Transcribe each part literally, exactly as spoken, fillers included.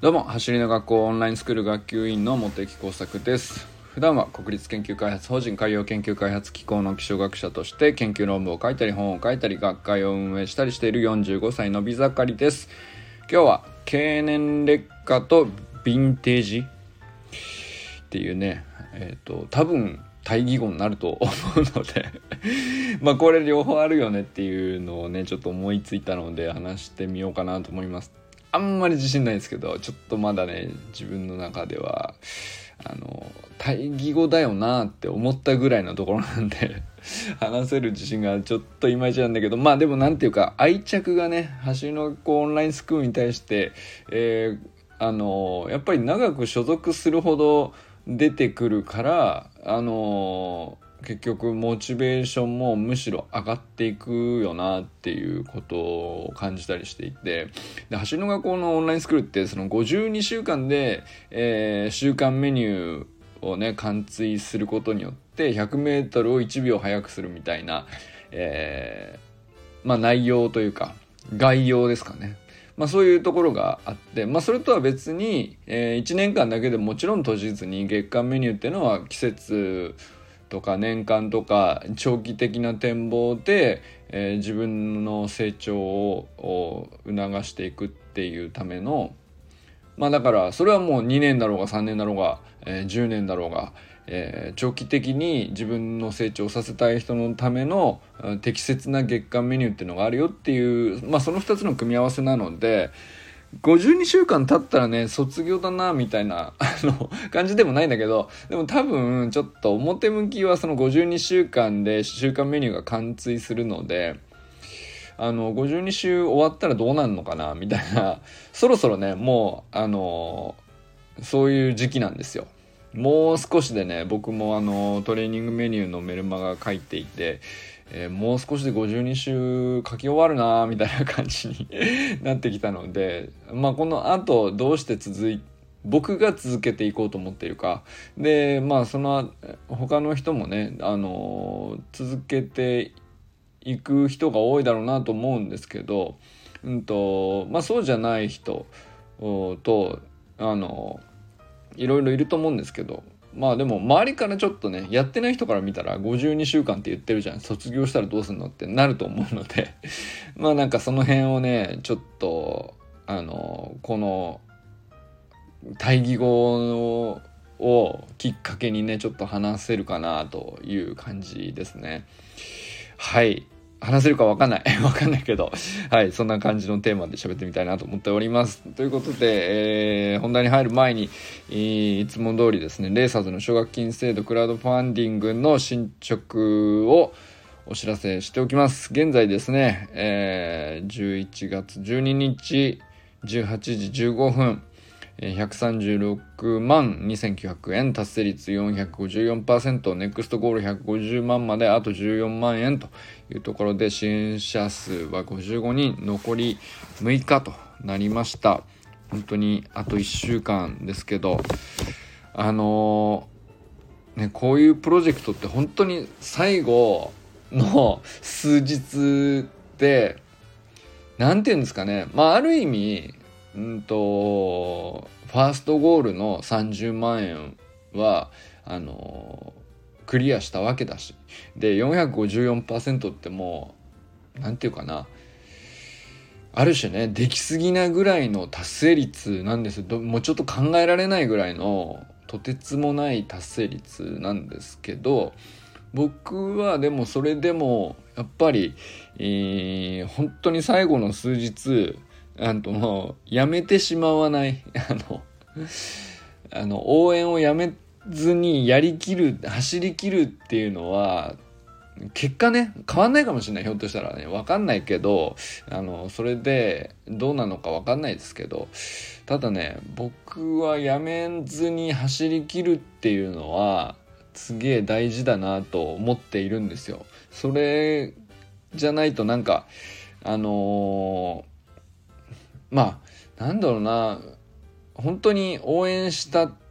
どうも、走りの学校オンラインスクール学級委員の茂木耕作です。普段は国立研究開発法人海洋研究開発機構の気象学者として研究論文を書いたり本を書いたり学会を運営したりしているよんじゅうごさいのび盛りです。今日は経年劣化とヴィンテージっていうね、えっと多分対義語になると思うのでまあこれ両方あるよねっていうのをねちょっと思いついたので話してみようかなと思います。あんまり自信ないですけど、ちょっとまだね自分の中ではあの対義語だよなって思ったぐらいのところなんで話せる自信がちょっといまいちなんだけど、まあでもなんていうか愛着がね、走りの学校オンラインスクールに対して、えー、あのやっぱり長く所属するほど出てくるから、あの結局モチベーションもむしろ上がっていくよなっていうことを感じたりしていて、で走りの学校のオンラインスクールってそのごじゅうにしゅうかんで、えー、週間メニューをね貫通することによってひゃくメートルをいちびょう早くするみたいな、えー、まあ内容というか概要ですかね。まあそういうところがあって、まあそれとは別に、えー、いちねんかんだけでもちろん閉じずに月間メニューっていうのは季節とか年間とか長期的な展望で、えー、自分の成長を促していくっていうための、まあだからそれはもうにねんだろうがさんねんだろうが、えー、じゅうねんだろうが、えー、長期的に自分の成長させたい人のための適切な月間メニューっていうのがあるよっていう、まあそのふたつの組み合わせなので、ごじゅうにしゅうかん経ったらね卒業だなみたいなあの感じでもないんだけど、でも多分ちょっと表向きはそのごじゅうにしゅうかんで週間メニューが貫通するので、あのごじゅうに週終わったらどうなるのかなみたいな、そろそろねもうあのそういう時期なんですよ。もう少しでね、僕もあのトレーニングメニューのメルマガ書いていて、えー、もう少しでごじゅうに週書き終わるなみたいな感じになってきたので、まあこの後どうして続い僕が続けていこうと思っているかで、まあその他の人もね、あのー、続けていく人が多いだろうなと思うんですけど、うんとまあそうじゃない人とあのいろいろいると思うんですけど、まあでも周りからちょっとねやってない人から見たらごじゅうにしゅうかんって言ってるじゃん、卒業したらどうすんのってなると思うのでまあなんかその辺をねちょっとあのこの対義語をきっかけにねちょっと話せるかなという感じですね。はい、話せるか分かんない分かんないけど、はい、そんな感じのテーマで喋ってみたいなと思っております。ということで、えー、本題に入る前に、えー、いつも通りですね、レーサーズの奨学金制度クラウドファンディングの進捗をお知らせしておきます。現在ですね、えー、じゅういちがつじゅうににちじゅうはちじじゅうごふん、ひゃくさんじゅうろくまんにせんきゅうひゃくえん、達成率 よんひゃくごじゅうよんパーセント、ネクストゴールひゃくごじゅうまんまであとじゅうよんまんえんというところで、支援者数はごじゅうごにん、残りむいかとなりました。本当にあといっしゅうかんですけど、あのー、ね、こういうプロジェクトって本当に最後の数日でなんていうんですかね、まあある意味うんとファーストゴールのさんじゅうまんえんはあのー、クリアしたわけだし、で よんひゃくごじゅうよんパーセント ってもうなんていうかな、ある種ねできすぎなぐらいの達成率なんですよ。もうちょっと考えられないぐらいのとてつもない達成率なんですけど、僕はでもそれでもやっぱり、えー、本当に最後の数日あのやめてしまわないあのあの応援をやめずにやりきる走りきるっていうのは結果ね変わんないかもしれない、ひょっとしたらね分かんないけど、あのそれでどうなのか分かんないですけど、ただね僕はやめずに走りきるっていうのはすげえ大事だなと思っているんですよ。それじゃないとなんかあのーまあなんだろうな、本当に応援した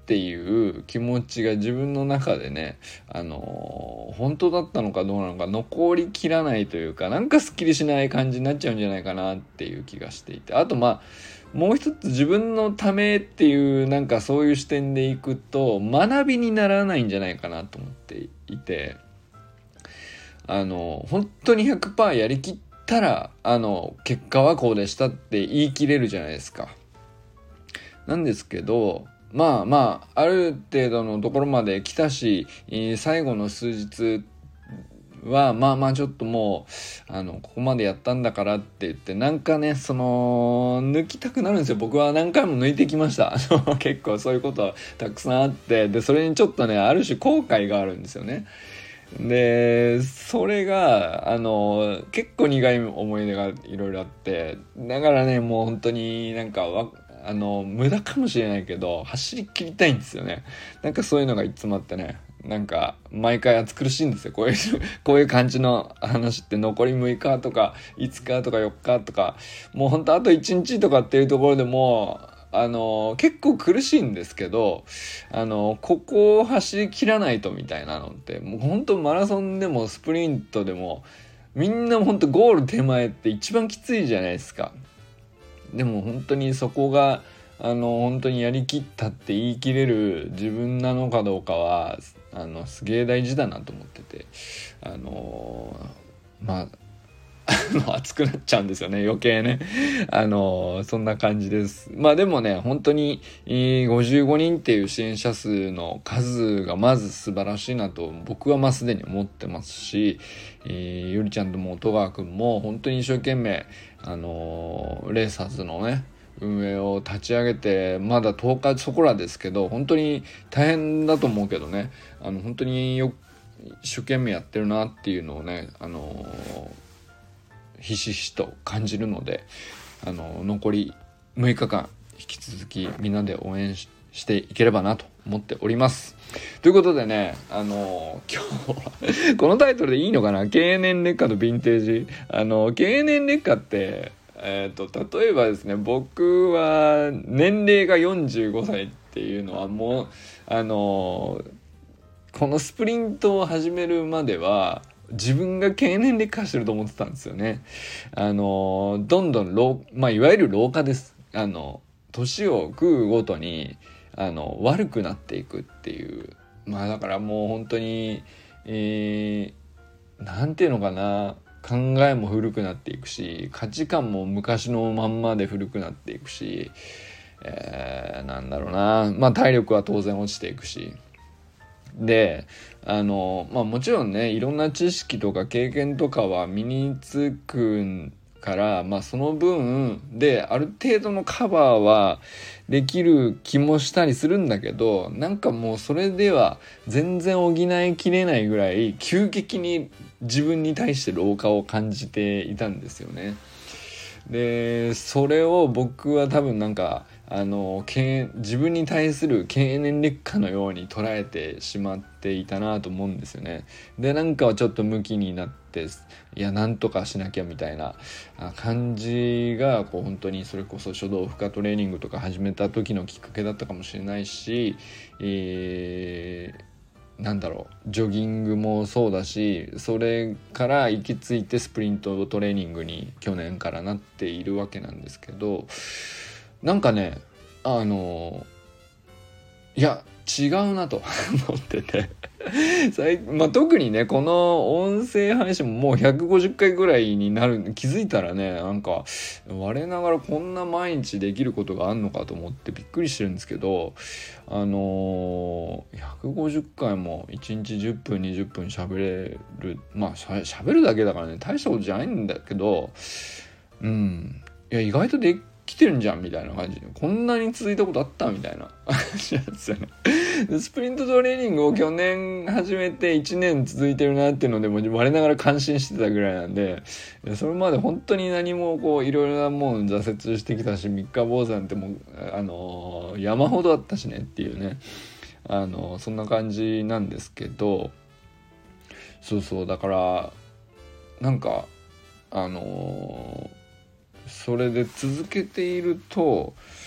っていう気持ちが自分の中でね、あのー、本当だったのかどうなのか残りきらないというか、なんかすっきりしない感じになっちゃうんじゃないかなっていう気がしていて、あとまあもう一つ自分のためっていうなんかそういう視点でいくと学びにならないんじゃないかなと思っていて、あの本当に ひゃくパーセント やりきったらあの結果はこうでしたって言い切れるじゃないですか。なんですけど、まあまあある程度のところまで来たし、最後の数日はまあまあちょっともうあのここまでやったんだからって言ってなんかねその抜きたくなるんですよ。僕は何回も抜いてきました。結構そういうことはたくさんあって、でそれにちょっとねある種後悔があるんですよね。でそれがあの結構苦い思い出がいろいろあって、だからねもう本当になんかわあの無駄かもしれないけど走り切りたいんですよね。なんかそういうのがいつもあってね、なんか毎回暑苦しいんですよ。こういうこういう感じの話って残りむいかとかいつかとかよっかとか、もうほんとあといちにちとかっていうところでもあの結構苦しいんですけど、あのここを走り切らないとみたいなのってもう本当マラソンでもスプリントでもみんな本当ゴール手前って一番きついじゃないですか。でも本当にそこがあの本当にやりきったって言い切れる自分なのかどうかはあのすげえ大事だなと思ってて、あのまあ熱くなっちゃうんですよね余計ね。あのそんな感じです。まあでもね本当にごじゅうごにんっていう支援者数の数がまず素晴らしいなと僕はまあすでに思ってますし、えー、ゆりちゃんとも戸川くんも本当に一生懸命あのレーサーズのね運営を立ち上げてまだとおかそこらですけど本当に大変だと思うけどね、あの本当によ一生懸命やってるなっていうのをねあのひしひしと感じるので、あの残りむいかかん引き続きみんなで応援ししていければなと思っております。ということでね、あの今日はこのタイトルでいいのかな、経年劣化とヴィンテージ。あの経年劣化ってえー、と例えばですね、僕は年齢がよんじゅうごさいっていうのはもうあのこのスプリントを始めるまでは自分が経年劣化してると思ってたんですよね。あのどんどん老、まあ、いわゆる老化です。あの年を食うごとにあの悪くなっていくっていう、まあだからもう本当に、えー、なんていうのかな、考えも古くなっていくし価値観も昔のまんまで古くなっていくし、えー、なんだろうな、まあ体力は当然落ちていくし、であのまあもちろんねいろんな知識とか経験とかは身につくから、まあその分である程度のカバーはできる気もしたりするんだけど、なんかもうそれでは全然補いきれないぐらい急激に自分に対して老化を感じていたんですよね。でそれを僕は多分なんかあの自分に対する経年劣化のように捉えてしまっていたなと思うんですよね。でなんかちょっとムキになっていやなんとかしなきゃみたいな感じがこう本当にそれこそ書道負荷トレーニングとか始めた時のきっかけだったかもしれないし、えーなんだろうジョギングもそうだし、それから行き着いてスプリントトレーニングに去年からなっているわけなんですけど、なんかねあのいや違うなと思っててまあ、特にねこの音声配信ももうひゃくごじゅっかいぐらいになる気づいたらね、なんか我ながらこんな毎日できることがあんのかと思ってびっくりしてるんですけど、あのー、ひゃくごじゅっかいもいちにちじゅっぷんにじゅっぷん喋れる、まあ喋るだけだからね大したことじゃないんだけど、うんいや意外とで来てるんじゃんみたいな感じで、こんなに続いたことあったみたいな話なんですよね。スプリントトレーニングを去年始めていちねん続いてるなっていうのでも我ながら感心してたぐらいなんで、それまで本当に何もこういろいろなもん挫折してきたし、三日坊主なんてもうあのー、山ほどあったしねっていうね、あのー、そんな感じなんですけど、そうそうだからなんかあのーそれで続けていると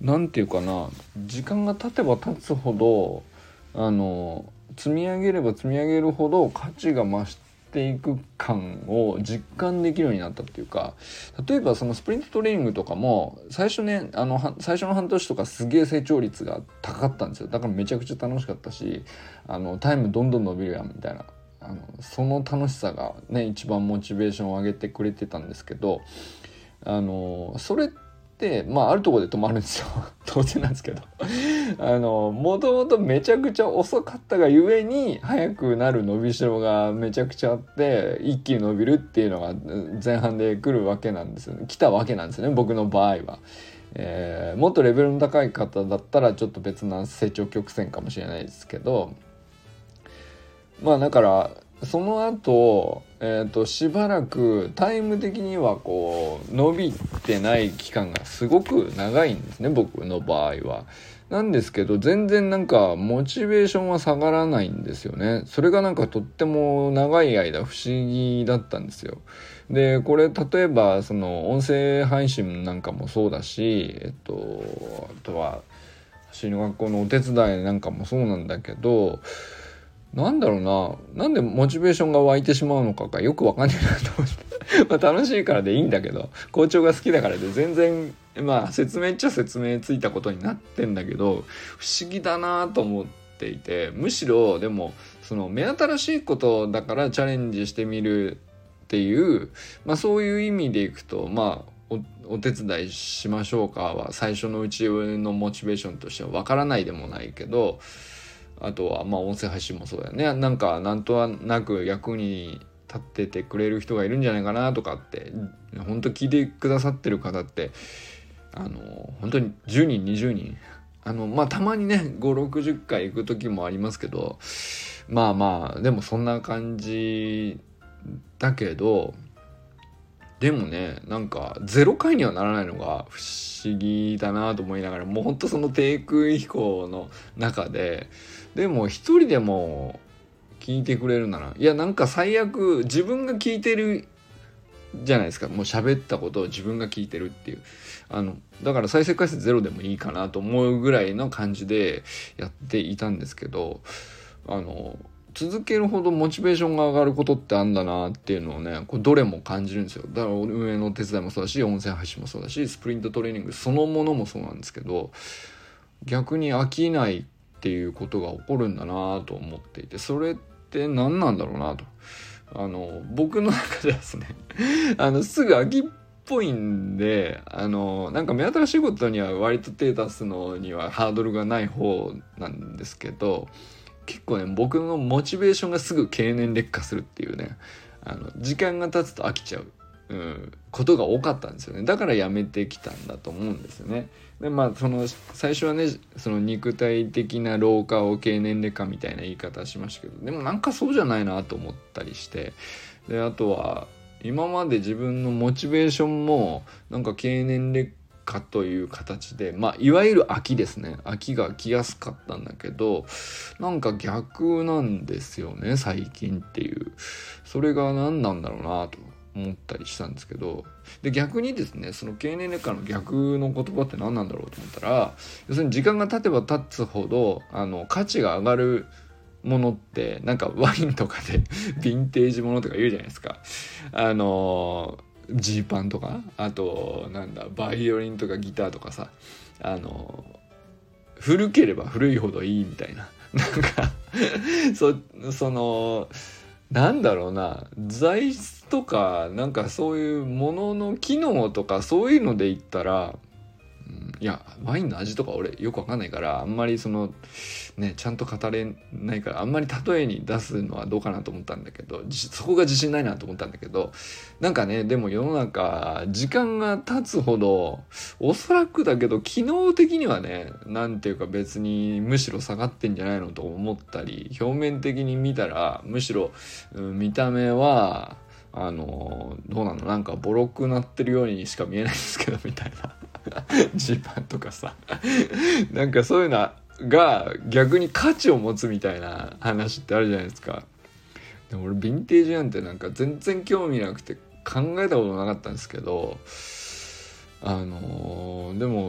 なんていうかな、時間が経てば経つほどあの積み上げれば積み上げるほど価値が増していく感を実感できるようになったっていうか、例えばそのスプリントトレーニングとかも最初ねあの最初の半年とかすげえ成長率が高かったんですよ。だからめちゃくちゃ楽しかったし、あのタイムどんどん伸びるやんみたいな、あのその楽しさがね一番モチベーションを上げてくれてたんですけど、あのそれってまああるところで止まるんですよ当然なんですけどあのもともとめちゃくちゃ遅かったがゆえに速くなる伸びしろがめちゃくちゃあって一気に伸びるっていうのが前半で来るわけなんですよね来たわけなんですよね僕の場合は。えー、もっとレベルの高い方だったらちょっと別な成長曲線かもしれないですけど、まあだからその後、えーと、しばらくタイム的にはこう伸びてない期間がすごく長いんですね僕の場合は。なんですけど全然なんかモチベーションは下がらないんですよね。それがなんかとっても長い間不思議だったんですよ。でこれ例えばその音声配信なんかもそうだし、えっとあとは走りの学校のお手伝いなんかもそうなんだけど、なんだろうな、なんでモチベーションが湧いてしまうのかがよくわかんないなと思ってまあ楽しいからでいいんだけど、校長が好きだからで全然まあ説明っちゃ説明ついたことになってんだけど、不思議だなと思っていて、むしろでもその目新しいことだからチャレンジしてみるっていう、まあそういう意味でいくと、まあお, お手伝いしましょうかは最初のうちのモチベーションとしてはわからないでもないけど、あとはまあ音声配信もそうだよね。なんかなんとなく役に立っててくれる人がいるんじゃないかなとかって、本当聞いてくださってる方ってあの本当にじゅうにんにじゅうにん、あのまあたまにねごじゅうろくじゅっかい行く時もありますけど、まあまあでもそんな感じだけど、でもねなんかゼロかいにはならないのが不思議だなと思いながら、もうほんとその低空飛行の中ででも一人でも聞いてくれるなら、いやなんか最悪自分が聞いてるじゃないですか、もう喋ったことを自分が聞いてるっていう、あのだから再生回数ゼロでもいいかなと思うぐらいの感じでやっていたんですけど、あの続けるほどモチベーションが上がることってあんだなっていうのをね、これどれも感じるんですよ。だから運営のお手伝いもそうだし、音声配信もそうだし、スプリントトレーニングそのものもそうなんですけど、逆に飽きないっていうことが起こるんだなと思っていて、それって何なんだろうなと、あの僕の中でですねあのすぐ飽きっぽいんで、あのなんか目新しいことには割と手出すのにはハードルがない方なんですけど、結構ね僕のモチベーションがすぐ経年劣化するっていうね、あの時間が経つと飽きちゃう、うん、ことが多かったんですよね。だからやめてきたんだと思うんですよね。でまあその最初はねその肉体的な老化を経年劣化みたいな言い方しましたけど、でもなんかそうじゃないなと思ったりして、であとは今まで自分のモチベーションもなんか経年劣化という形で、まあいわゆる飽きですね、飽きが来やすかったんだけど、なんか逆なんですよね最近っていう、それが何なんだろうなと思ったりしたんですけど、で逆にですねその経年劣化の逆の言葉って何なんだろうと思ったら、要するに時間が経てば経つほどあの価値が上がるものって、なんかワインとかでヴィンテージものとか言うじゃないですか、あのジーパンとか、あとなんだバイオリンとかギターとかさ、あの古ければ古いほどいいみたいな、なんかそそのなんだろうな、材質とかなんかそういうものの機能とかそういうので言ったら、うん、いやワインの味とか俺よくわかんないからあんまりそのねちゃんと語れないからあんまり例えに出すのはどうかなと思ったんだけど、そこが自信ないなと思ったんだけど、なんかねでも世の中時間が経つほどおそらくだけど機能的にはねなんていうか別にむしろ下がってんじゃないのと思ったり、表面的に見たらむしろ、うん、見た目はあのどうなの、なんかボロくなってるようにしか見えないですけどみたいなジーパンとかさなんかそういうのが逆に価値を持つみたいな話ってあるじゃないですか。でも俺ヴィンテージなんてなんか全然興味なくて考えたことなかったんですけど、あのー、でも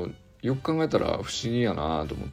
よく考えたら不思議やなと思って、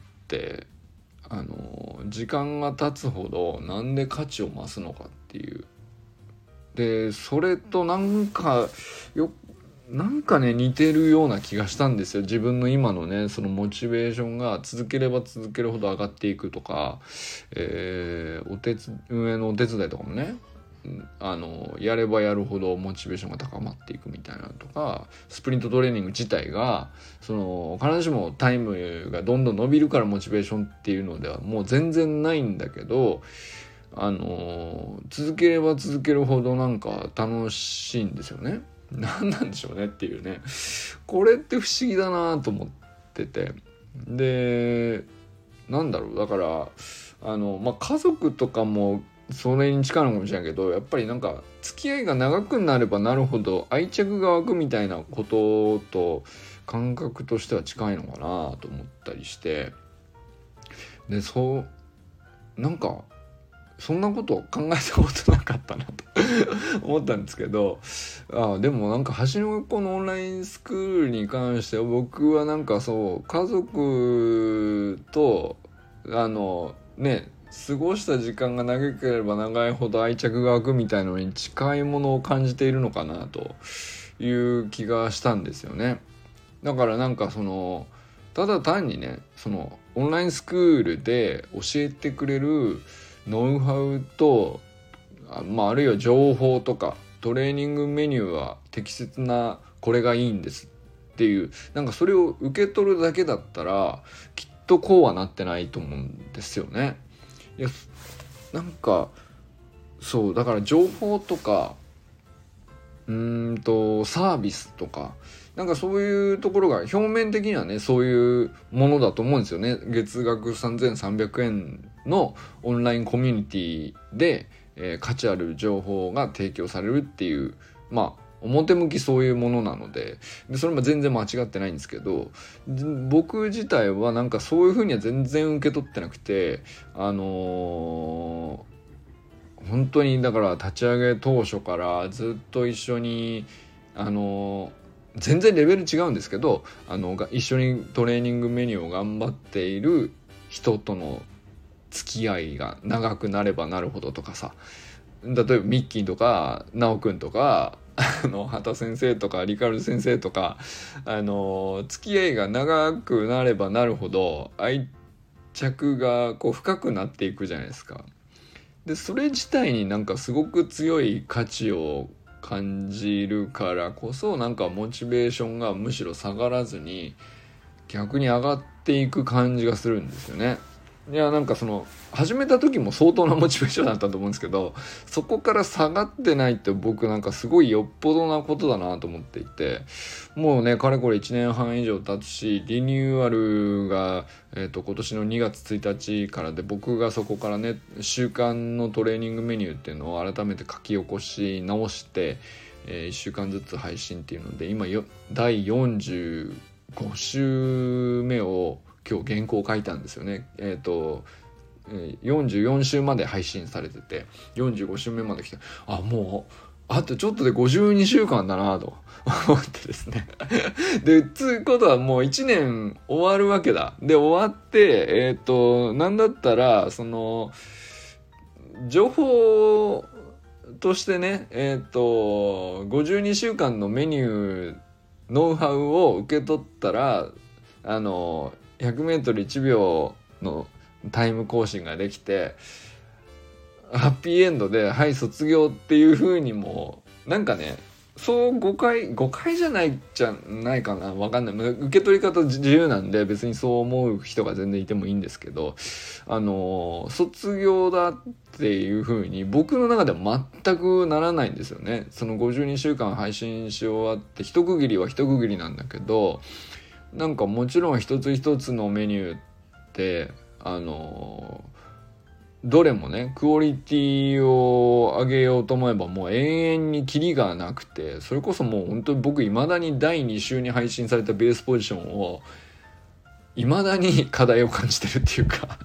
あの時間が経つほどなんで価値を増すのかっていう。でそれとなんかよなんかね似てるような気がしたんですよ。自分の今のねそのモチベーションが続ければ続けるほど上がっていくとか、えー、お手つ運営のお手伝いとかもね、あのやればやるほどモチベーションが高まっていくみたいなとか、スプリントトレーニング自体がその必ずしもタイムがどんどん伸びるからモチベーションっていうのではもう全然ないんだけど、あの続ければ続けるほどなんか楽しいんですよね。何なんでしょうねっていうね、これって不思議だなと思ってて、でなんだろう、だからあの、まあ、家族とかもそれに近いのかもしれないけど、やっぱりなんか付き合いが長くなればなるほど愛着が湧くみたいなことと感覚としては近いのかなと思ったりして、でそうなんかそんなことを考えたことなかったなと思ったんですけど、あでもなんか橋の学校のオンラインスクールに関しては僕はなんかそう家族とあのね過ごした時間が長ければ長いほど愛着が湧くみたいなのに近いものを感じているのかなという気がしたんですよね。だからなんかそのただ単にねそのオンラインスクールで教えてくれるノウハウと、あ、まあ、あるいは情報とかトレーニングメニューは適切なこれがいいんですっていう、なんかそれを受け取るだけだったらきっとこうはなってないと思うんですよね。いやなんかそうだから情報とかうーんとサービスとかなんかそういうところが表面的にはねそういうものだと思うんですよね。月額さんぜんさんびゃくえんのオンラインコミュニティで、えー、価値ある情報が提供されるっていうまあ表向きそういうものなので、でそれも全然間違ってないんですけど、僕自体はなんかそういう風には全然受け取ってなくて、あのー、本当にだから立ち上げ当初からずっと一緒にあのー全然レベル違うんですけど、あの一緒にトレーニングメニューを頑張っている人との付き合いが長くなればなるほどとかさ、例えばミッキーとかナオくんとかあの畑先生とかリカルド先生とか、あの付き合いが長くなればなるほど愛着がこう深くなっていくじゃないですか。でそれ自体になんかすごく強い価値を感じるからこそ、なんかモチベーションがむしろ下がらずに逆に上がっていく感じがするんですよね。いやなんかその始めた時も相当なモチベーションだったと思うんですけど、そこから下がってないって僕なんかすごいよっぽどなことだなと思っていて、もうねかれこれいちねんはん以上経つし、リニューアルが、えーと、今年のにがつついたちからで、僕がそこからね週間のトレーニングメニューっていうのを改めて書き起こし直して、えー、いっしゅうかんずつ配信っていうので今よだいよんじゅうご週目を今日原稿を書いたんですよね。えっとよんじゅうよん週まで配信されててよんじゅうご週目まで来て、あもうあとちょっとでごじゅうにしゅうかんだなと思ってですねでつうことはもういちねん終わるわけだ。で終わってえっとなんだったらその情報としてねえっとごじゅうにしゅうかんのメニューノウハウを受け取ったらあのひゃくメートルいちびょうのタイム更新ができてハッピーエンドではい卒業っていう風にもなんかねそう誤解誤解じゃないじゃないかな、わかんない、受け取り方自由なんで別にそう思う人が全然いてもいいんですけど、あの卒業だっていう風に僕の中では全くならないんですよね。そのごじゅうにしゅうかん配信し終わって一区切りは一区切りなんだけど、なんかもちろん一つ一つのメニューってあのどれもねクオリティを上げようと思えばもう永遠にキリがなくて、それこそもう本当に僕未だにだいに週に配信されたベースポジションを未だに課題を感じてるっていうか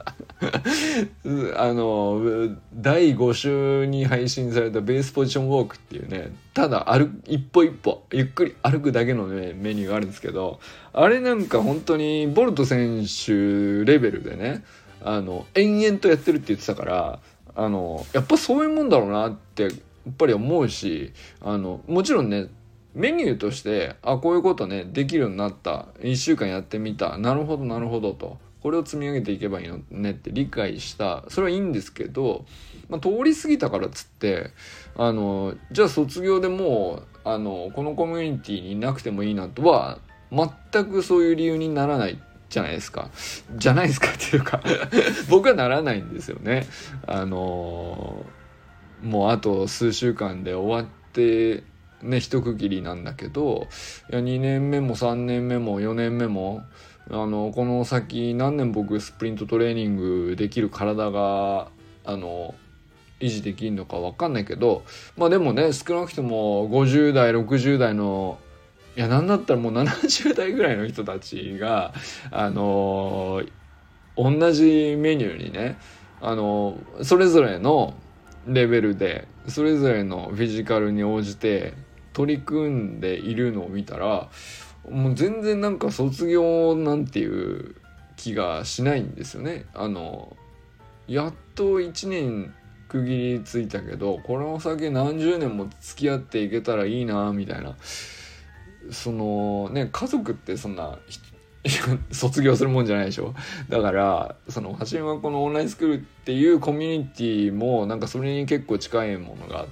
あのだいご週に配信されたベースポジションウォークっていうね、ただ歩一歩一歩ゆっくり歩くだけの、ね、メニューがあるんですけど、あれなんか本当にボルト選手レベルでね、あの延々とやってるって言ってたから、あのやっぱそういうもんだろうなってやっぱり思うし、あのもちろんねメニューとしてあこういうことねできるようになった、いっしゅうかんやってみた、なるほどなるほどと、これを積み上げていけばいいのねって理解した、それはいいんですけど、まあ、通り過ぎたからっつってあのじゃあ卒業でもうあのこのコミュニティにいなくてもいいなとは全くそういう理由にならないじゃないですかじゃないですかっていうか僕はならないんですよね。あのもうあと数週間で終わってね一区切りなんだけど、いやにねんめもさんねんめもよねんめもあのこの先何年僕スプリントトレーニングできる体があの維持できるのか分かんないけど、まあでもね少なくともごじゅう代ろくじゅう代の、いやなんだったらもうななじゅう代ぐらいの人たちがあの同じメニューにね、あのそれぞれのレベルでそれぞれのフィジカルに応じて取り組んでいるのを見たら、もう全然なんか卒業なんていう気がしないんですよね。あのやっといちねん区切りついたけど、この先何十年も付き合っていけたらいいなみたいな、そのね家族ってそんな卒業するもんじゃないでしょ。だからその橋山このオンラインスクールっていうコミュニティもなんかそれに結構近いものがあって、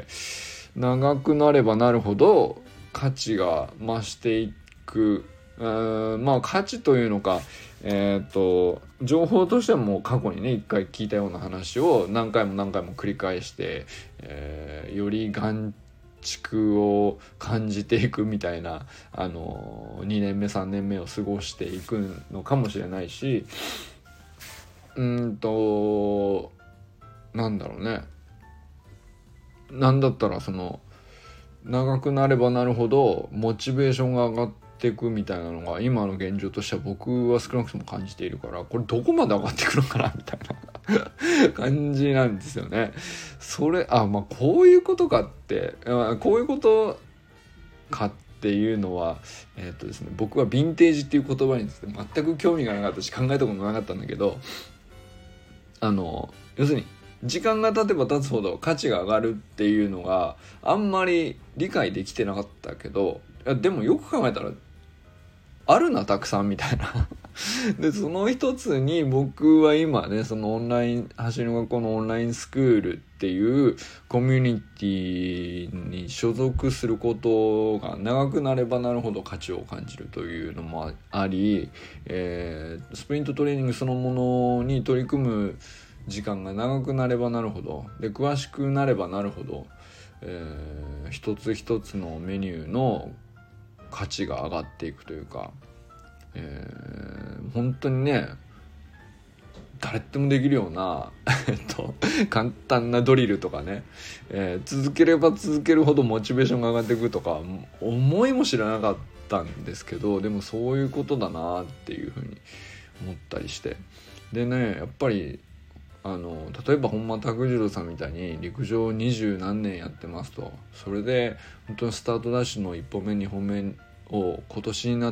長くなればなるほど価値が増していく、うーんまあ価値というのか、えっと情報としても過去にね一回聞いたような話を何回も何回も繰り返して、えー、より眼蓄を感じていくみたいな、あのにねんめさんねんめを過ごしていくのかもしれないし、うーんとなんだろうね、なんだったらその長くなればなるほどモチベーションが上がっていくみたいなのが今の現状としては僕は少なくとも感じているから、これどこまで上がっていくのかなみたいな感じなんですよね。それあまあこういうことかって、まあ、こういうことかっていうのはえっとですね、僕はヴィンテージっていう言葉にですね全く興味がなかったし考えたこともなかったんだけど、あの要するに時間が経てば経つほど価値が上がるっていうのがあんまり理解できてなかったけど、いやでもよく考えたらあるなたくさんみたいなでその一つに僕は今ねそのオンライン橋の学校のオンラインスクールっていうコミュニティに所属することが長くなればなるほど価値を感じるというのもあり、えー、スプリントトレーニングそのものに取り組む時間が長くなればなるほどで詳しくなればなるほど、えー、一つ一つのメニューの価値が上がっていくというか、えー、本当にね誰でもできるようなえっと簡単なドリルとかね、えー、続ければ続けるほどモチベーションが上がっていくとか思いも知らなかったんですけど、でもそういうことだなっていうふうに思ったりして、でねやっぱりあの例えば本間拓次郎さんみたいに陸上二十何年やってますと、それで本当にスタートダッシュの一歩目二歩目を今年になって、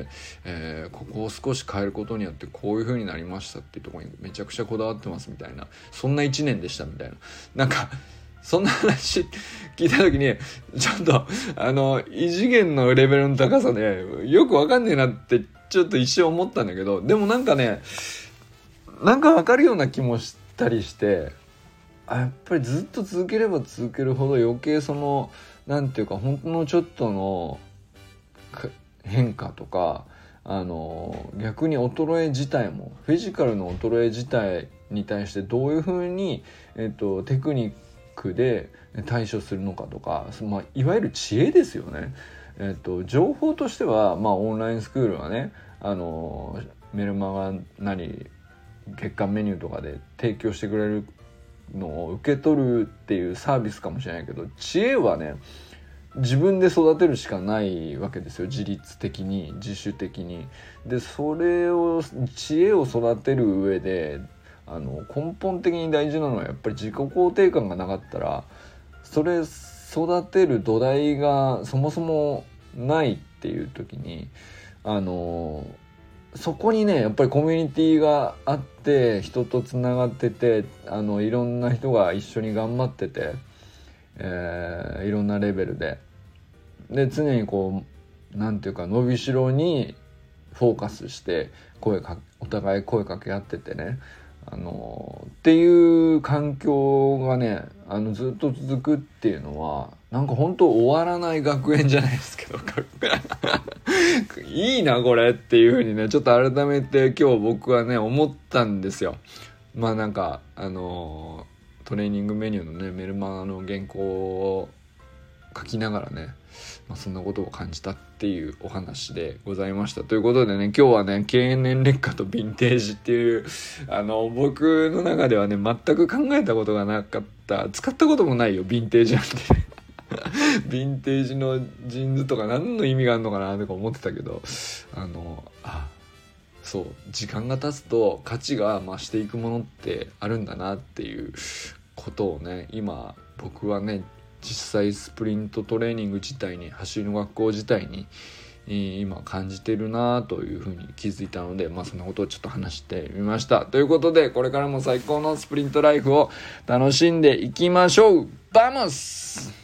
えー、ここを少し変えることによってこういう風になりましたっていうところにめちゃくちゃこだわってますみたいな、そんないちねんでしたみたいな、なんかそんな話聞いた時にちょっとあの異次元のレベルの高さでよくわかんねえなってちょっと一瞬思ったんだけど、でもなんかねなんかわかるような気もしたりして、あやっぱりずっと続ければ続けるほど余計そのなんていうか本当のちょっとの変化とかあの逆に衰え自体もフィジカルの衰え自体に対してどういうふうに、えっと、テクニックで対処するのかとか、まあ、いわゆる知恵ですよね。えっと、情報としては、まあ、オンラインスクールはねあのメルマガなり月間メニューとかで提供してくれるのを受け取るっていうサービスかもしれないけど、知恵はね自分で育てるしかないわけですよ、自律的に自主的に。でそれを知恵を育てる上であの根本的に大事なのはやっぱり自己肯定感がなかったらそれ育てる土台がそもそもないっていう時にあのそこにねやっぱりコミュニティがあって人とつながっててあのいろんな人が一緒に頑張ってて、えー、いろんなレベルでで常にこうなんていうか伸びしろにフォーカスして声かお互い声かけ合っててねあのっていう環境がねあのずっと続くっていうのはなんか本当終わらない学園じゃないですけどいいなこれっていう風にねちょっと改めて今日僕はね思ったんですよ。まあなんかあのトレーニングメニューのねメルマガの原稿を書きながらね、まあ、そんなことを感じたっていうお話でございました。ということでね今日はね経年劣化とヴィンテージっていうあの僕の中ではね全く考えたことがなかった使ったこともないよヴィンテージなんてヴィンテージのジーンズとか何の意味があるのかなとか思ってたけどあのあそう時間が経つと価値が増していくものってあるんだなっていうことをね今僕はね実際スプリントトレーニング自体に走りの学校自体に今感じてるなというふうに気づいたので、まあそんなことをちょっと話してみました。ということでこれからも最高のスプリントライフを楽しんでいきましょう。バモス！